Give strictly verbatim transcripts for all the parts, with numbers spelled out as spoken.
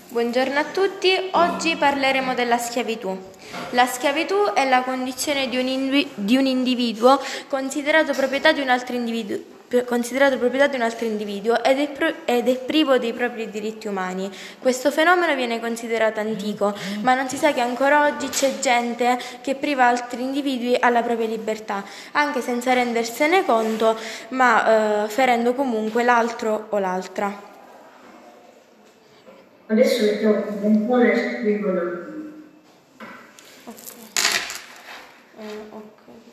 Buongiorno a tutti, oggi parleremo della schiavitù. La schiavitù è la condizione di un, invi- di un individuo considerato proprietà di un altro individuo, considerato proprietà di un altro individuo ed è, pro- ed è privo dei propri diritti umani. Questo fenomeno viene considerato antico, ma non si sa che ancora oggi c'è gente che priva altri individui alla propria libertà, anche senza rendersene conto, ma eh, ferendo comunque l'altro o l'altra. Adesso mettiamo un tampone e scrivono. Ok. Eh, ok.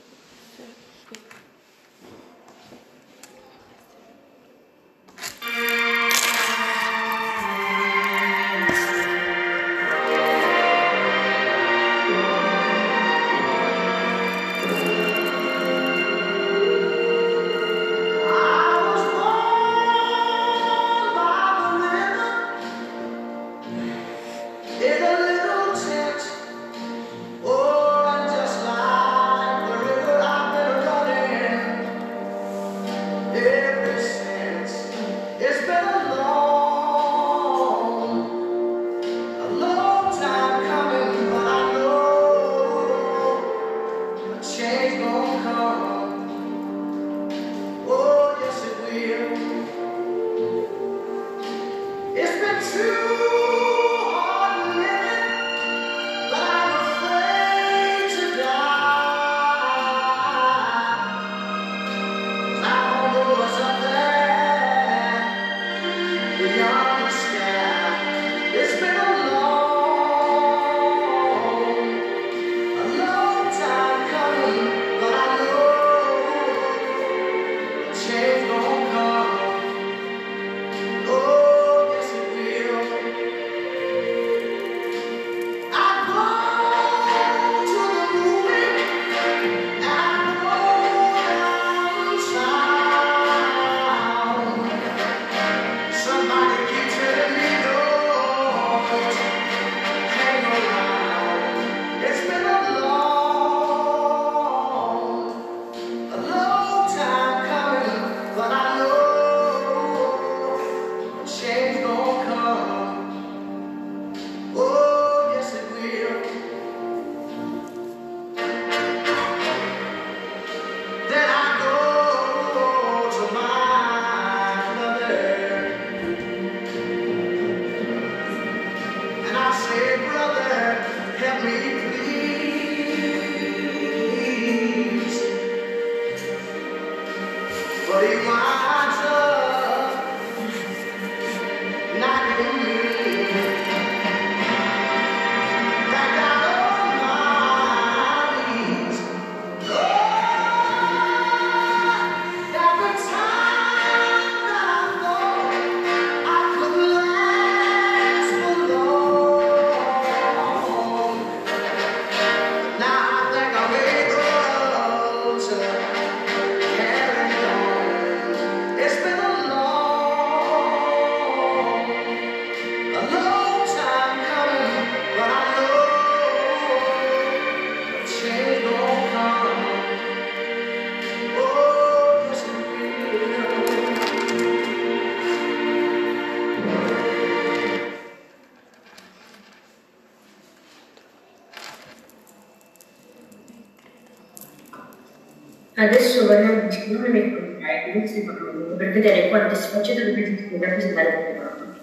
Adesso vogliamo discutere nei contrari, non si fanno, per vedere quante sfaccettature ripetitive rappresentare queste parole.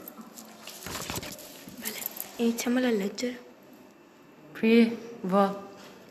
Bene, iniziamole a leggere. Privo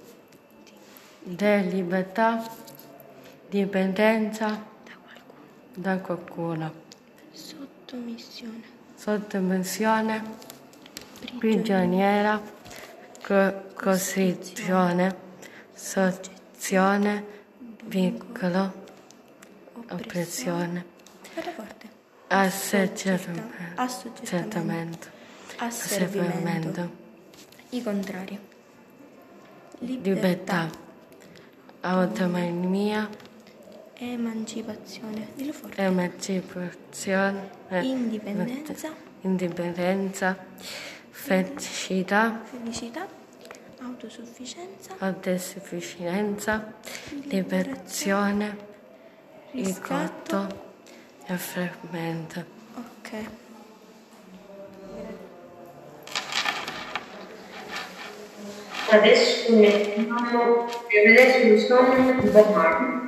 di libertà, dipendenza Da qualcuno. da qualcuno, Sottomissione. sottomissione, Prigioniera. prigioniera, co- costrizione, soggezione, vincolo, oppressione, Guarda forte. assoggettamento, Assoggettamento. Asservimento. I contrari. libertà, autonomia, Emancipazione. Dillo forte. emancipazione, Indipendenza. indipendenza, felicità, Felicità. Autosufficienza. autosufficienza, liberazione, Riscatto. ricatto e frammento. Ok. Adesso mettiamo per vedere sul sonno di Bob Marley.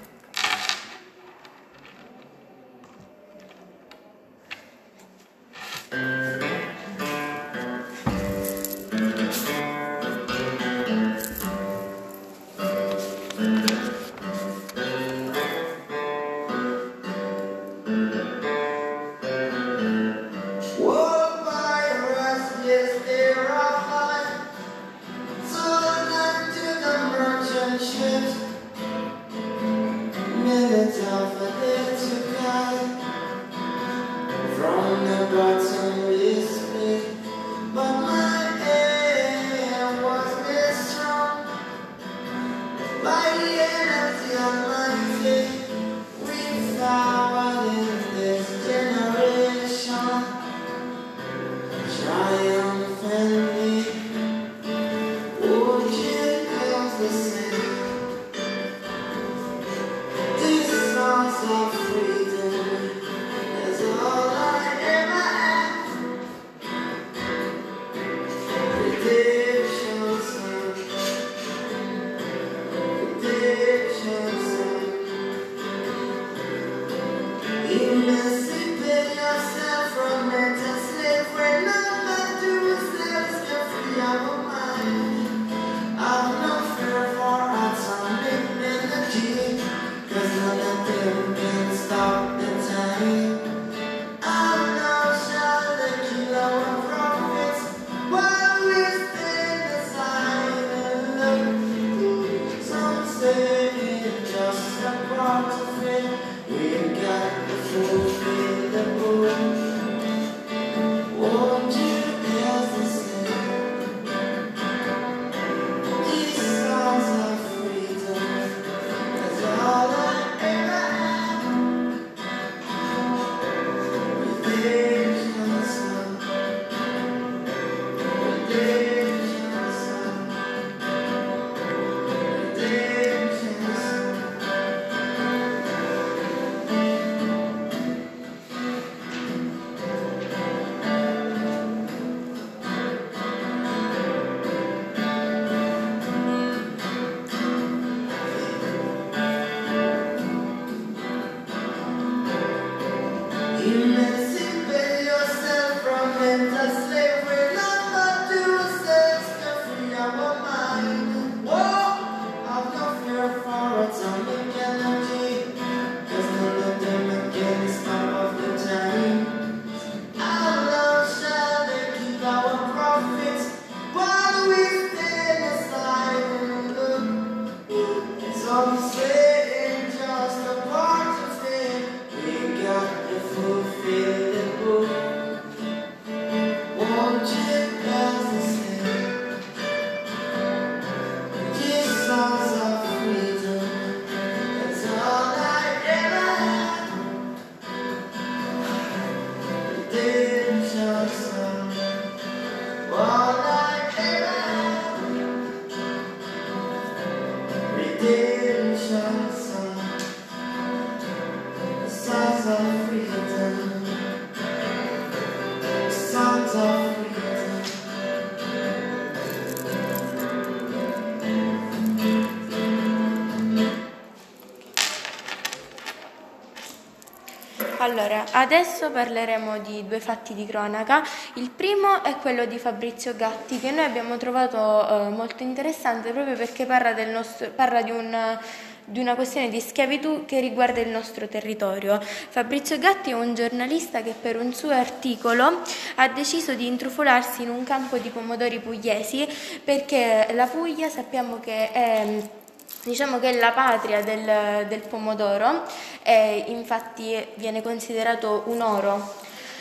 Allora, adesso parleremo di due fatti di cronaca. Il primo è quello di Fabrizio Gatti, che noi abbiamo trovato eh, molto interessante proprio perché parla, del nostro, parla di, un, di una questione di schiavitù che riguarda il nostro territorio. Fabrizio Gatti è un giornalista che per un suo articolo ha deciso di intrufolarsi in un campo di pomodori pugliesi, perché la Puglia sappiamo che è... Diciamo che è la patria del, del pomodoro, e infatti viene considerato un oro.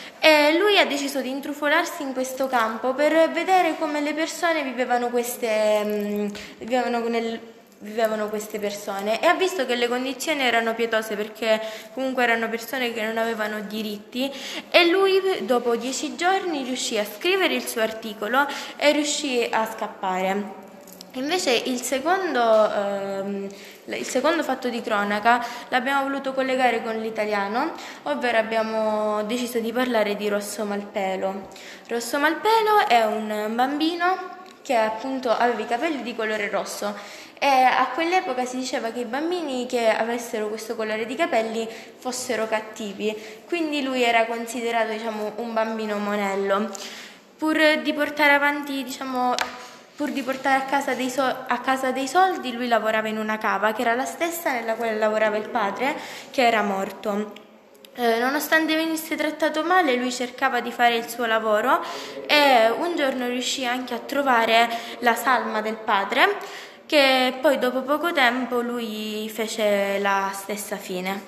E lui ha deciso di intrufolarsi in questo campo per vedere come le persone vivevano queste, mh, vivevano nel, vivevano queste persone, e ha visto che le condizioni erano pietose, perché comunque erano persone che non avevano diritti, e lui dopo dieci giorni riuscì a scrivere il suo articolo e riuscì a scappare. Invece il secondo, ehm, il secondo fatto di cronaca l'abbiamo voluto collegare con l'italiano, ovvero abbiamo deciso di parlare di Rosso Malpelo. Rosso Malpelo è un bambino che appunto aveva i capelli di colore rosso, e a quell'epoca si diceva che i bambini che avessero questo colore di capelli fossero cattivi, quindi lui era considerato, diciamo, un bambino monello. Pur di portare avanti, diciamo, pur di portare a casa, dei so- a casa dei soldi, lui lavorava in una cava che era la stessa nella quale lavorava il padre, che era morto. Eh, nonostante venisse trattato male, lui cercava di fare il suo lavoro e un giorno riuscì anche a trovare la salma del padre, che poi dopo poco tempo lui fece la stessa fine.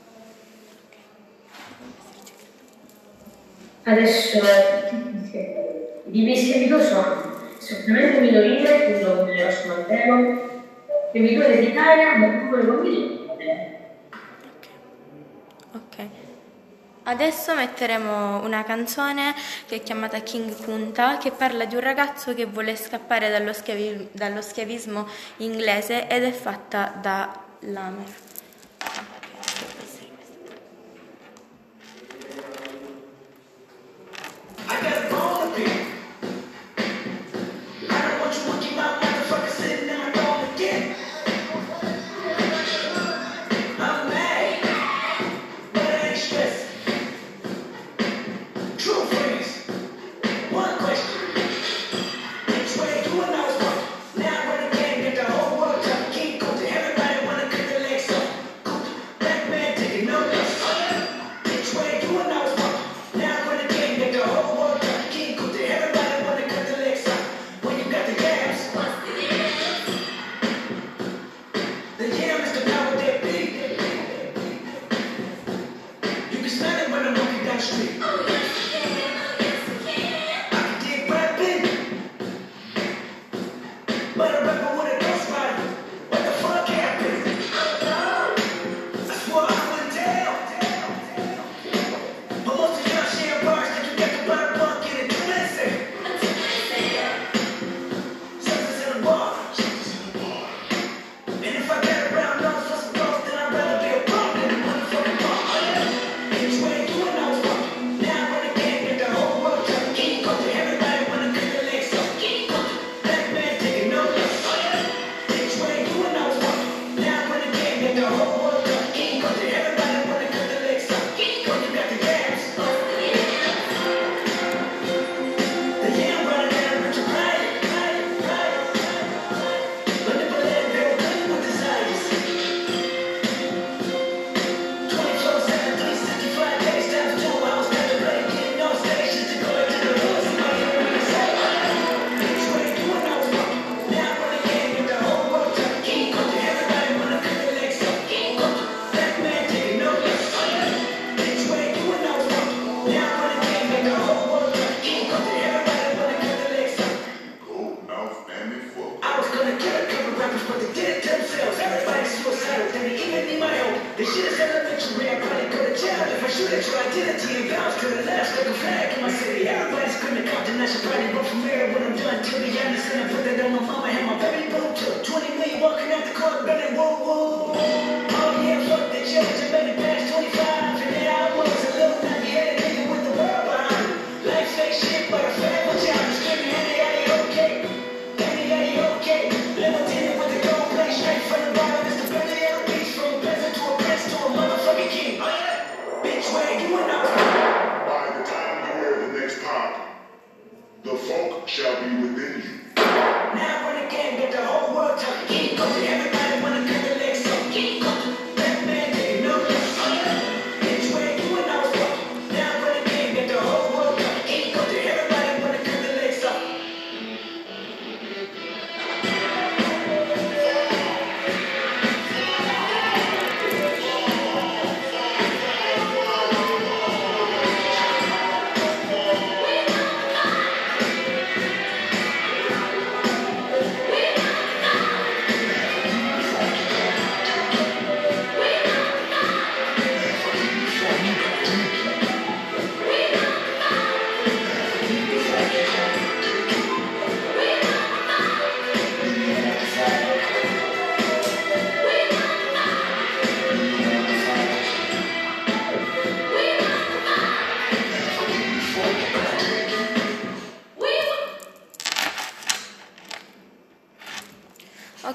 Adesso i tipi di schiavitù sono sfruttamento minorile, quello come Rosso Mantero, schiavitù ereditaria, ma piccole bambini. Ok. Adesso metteremo una canzone che è chiamata King Kunta, che parla di un ragazzo che vuole scappare dallo, schiavi- dallo schiavismo inglese ed è fatta da Lamer.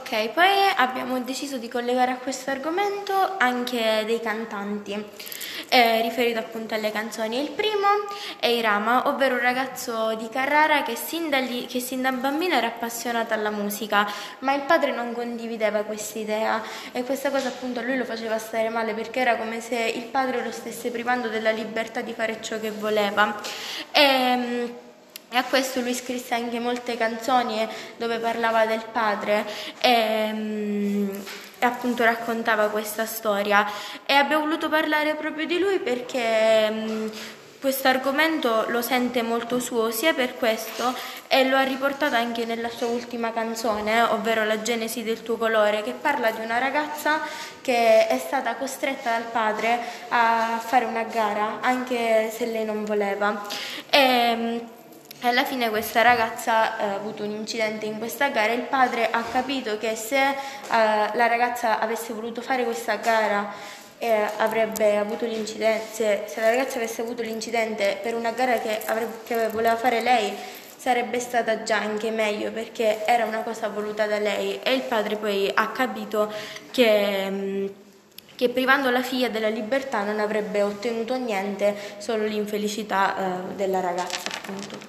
Ok, poi abbiamo deciso di collegare a questo argomento anche dei cantanti, eh, riferito appunto alle canzoni. Il primo è Irama, ovvero un ragazzo di Carrara che sin, dagli, che sin da bambino era appassionato alla musica, ma il padre non condivideva quest'idea e questa cosa appunto a lui lo faceva stare male, perché era come se il padre lo stesse privando della libertà di fare ciò che voleva. E, E a questo lui scrisse anche molte canzoni dove parlava del padre e, e appunto raccontava questa storia. E abbiamo voluto parlare proprio di lui perché questo argomento lo sente molto suo, sia per questo, e lo ha riportato anche nella sua ultima canzone, ovvero La genesi del tuo colore, che parla di una ragazza che è stata costretta dal padre a fare una gara anche se lei non voleva. E, alla fine questa ragazza eh, ha avuto un incidente in questa gara e il padre ha capito che se eh, la ragazza avesse voluto fare questa gara eh, avrebbe avuto l'incidente, se, se la ragazza avesse avuto l'incidente per una gara che, avrebbe, che voleva fare lei, sarebbe stata già anche meglio, perché era una cosa voluta da lei. E il padre poi ha capito che... Mh, che privando la figlia della libertà non avrebbe ottenuto niente, solo l'infelicità eh, della ragazza appunto.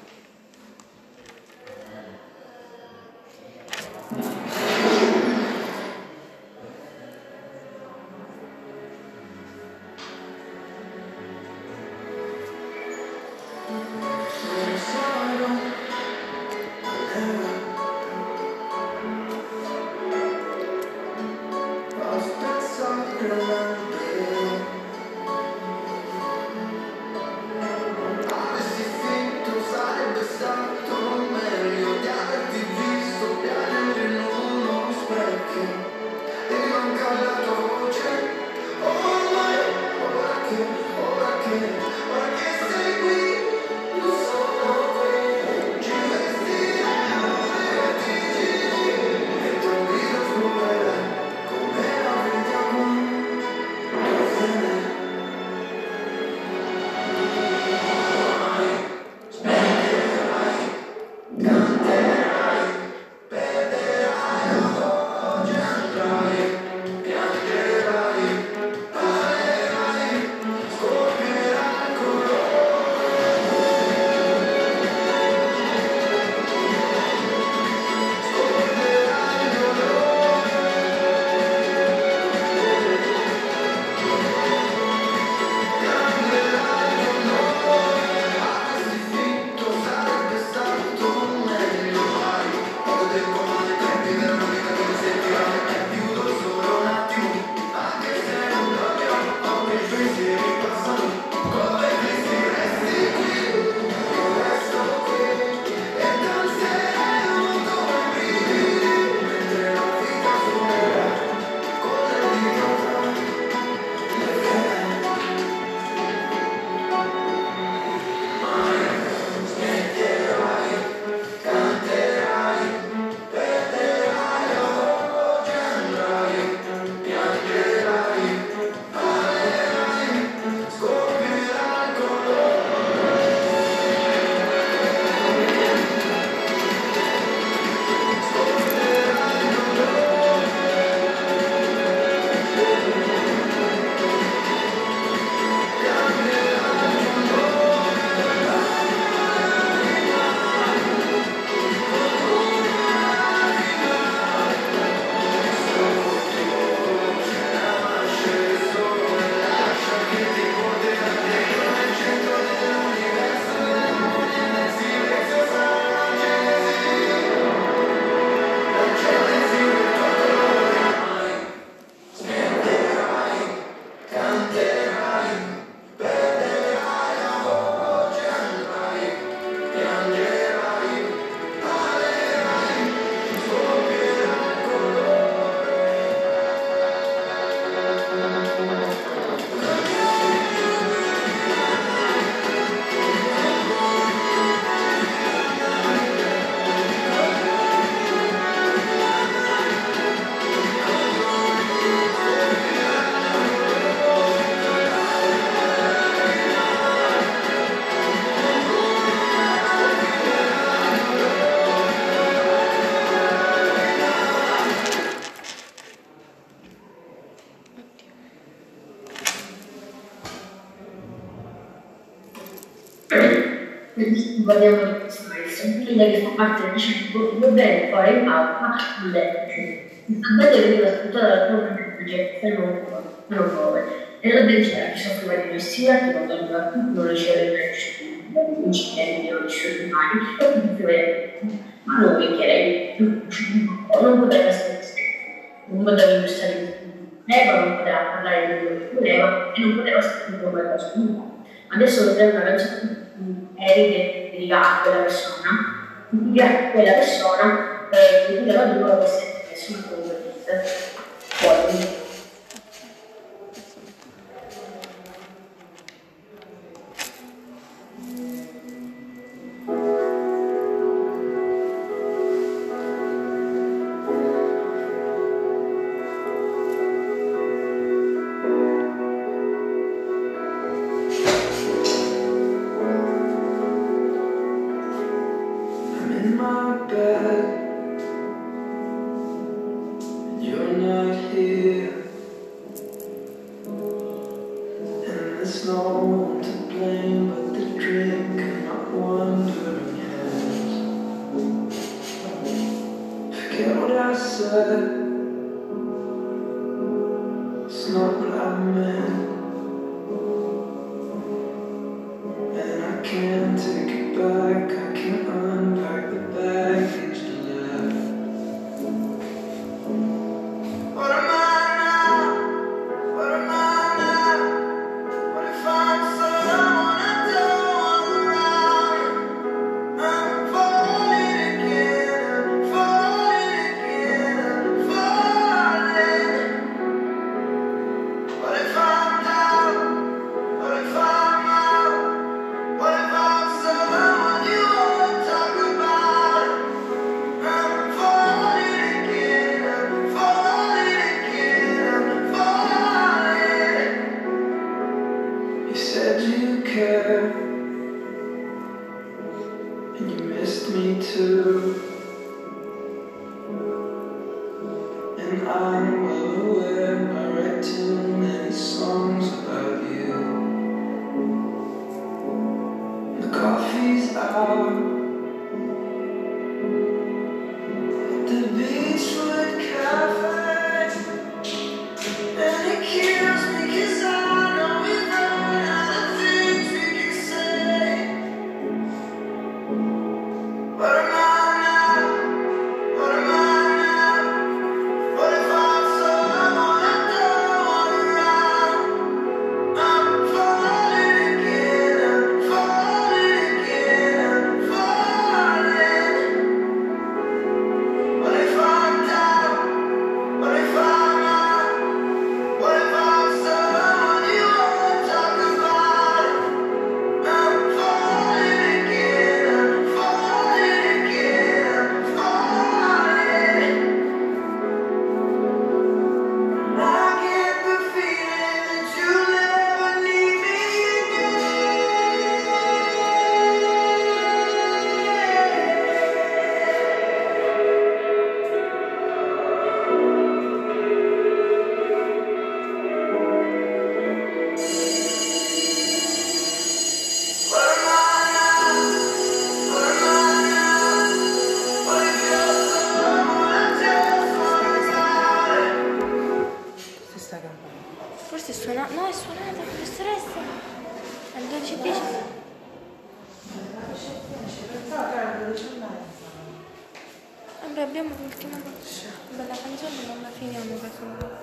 parliamo di questo maestro, quindi che fa parte del diciamo due bene fare in pausa un letto. Il sabbato veniva ascoltato dal povero progetto fermo nove e la decina che soffriva di investimenti non doveva più non ricevere i incidenti non ricevere mai ma noi che lei non poteva essere non poteva indossare il leva, non poteva parlare di quello che voleva e non poteva sentire come la sua. Adesso dovremmo una canzone erede dedicata a quella persona, dedicata a quella persona e dedicata a loro queste persone come poi. In my bed, and you're not here, and there's no one to blame but the drink and my wandering hands. Forget what I said, it's not what I meant, and I can't take it back, I can't unpack the baggage you left. What am I now? What am I now? What if I'm someone I don't want around? I'm falling again, I'm falling again, I'm falling. What if I'm down? What if I'm out? What if I'm someone you won't talk about? I'm falling again, I'm falling again, I'm falling. You said you cared, and you missed me too. And I'm well aware I write too many songs about you. The coffee's out at the Beachwood Cafe, and it kills me 'cause I know we've run out of things we can say. What am I now? What am I now? What if I'm someone I don't want around? I'm falling again, I'm falling again, I'm falling. What if I'm down? What if I'm out? What if I'm someone you won't talk about? I'm falling again, I'm falling again, I'm falling. I get the feeling that you'll never need me again. What am I now? What am I now? What if you're someone I just want about? Si sta cantando. Forse è suonata. No, è suonata, professoressa. Alle dodici e dieci. Allora abbiamo l'ultima bella canzone, non la finiamo per favore.